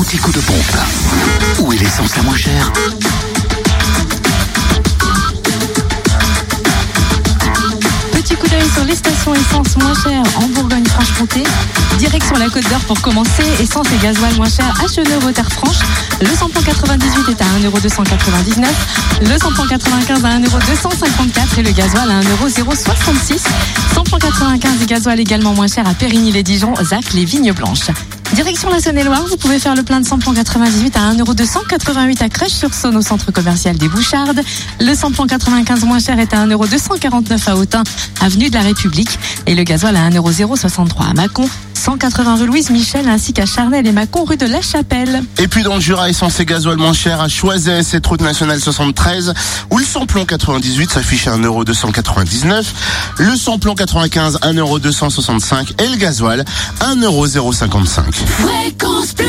petit coup de pompe. Où est l'essence la moins chère ? Petit coup d'œil sur les stations essence moins chères en Bourgogne-Franche-Comté. Direction la Côte d'Or pour commencer. Essence et gasoil moins cher à Chenauve, Terre-Franche. Le samplon 98 est à 1,299 €. Le samplon 95 à 1,254 € et le gasoil à 1,066 €. Samplon 95 et gasoil également moins cher à Périgny-les-Dijon, Zac, les Vignes Blanches. Direction la Saône-et-Loire, vous pouvez faire le plein de samplon 98 à 1,288 € à Crèche-sur-Saône au centre commercial des Bouchardes. Le samplon 95 moins cher est à 1,249 € à Autun, avenue de la République. Et le gasoil à 1,063 € à Mâcon, 180 rue Louise Michel, ainsi qu'à Charnel et Mâcon rue de la Chapelle. Et puis dans le Jura, essence et gasoil moins cher à Choiset, cette route nationale 73, où le samplon 98 s'affiche à 1,299 €, le samplon 95 1,265 € et le gasoil 1,055 €. Fréquence Plus.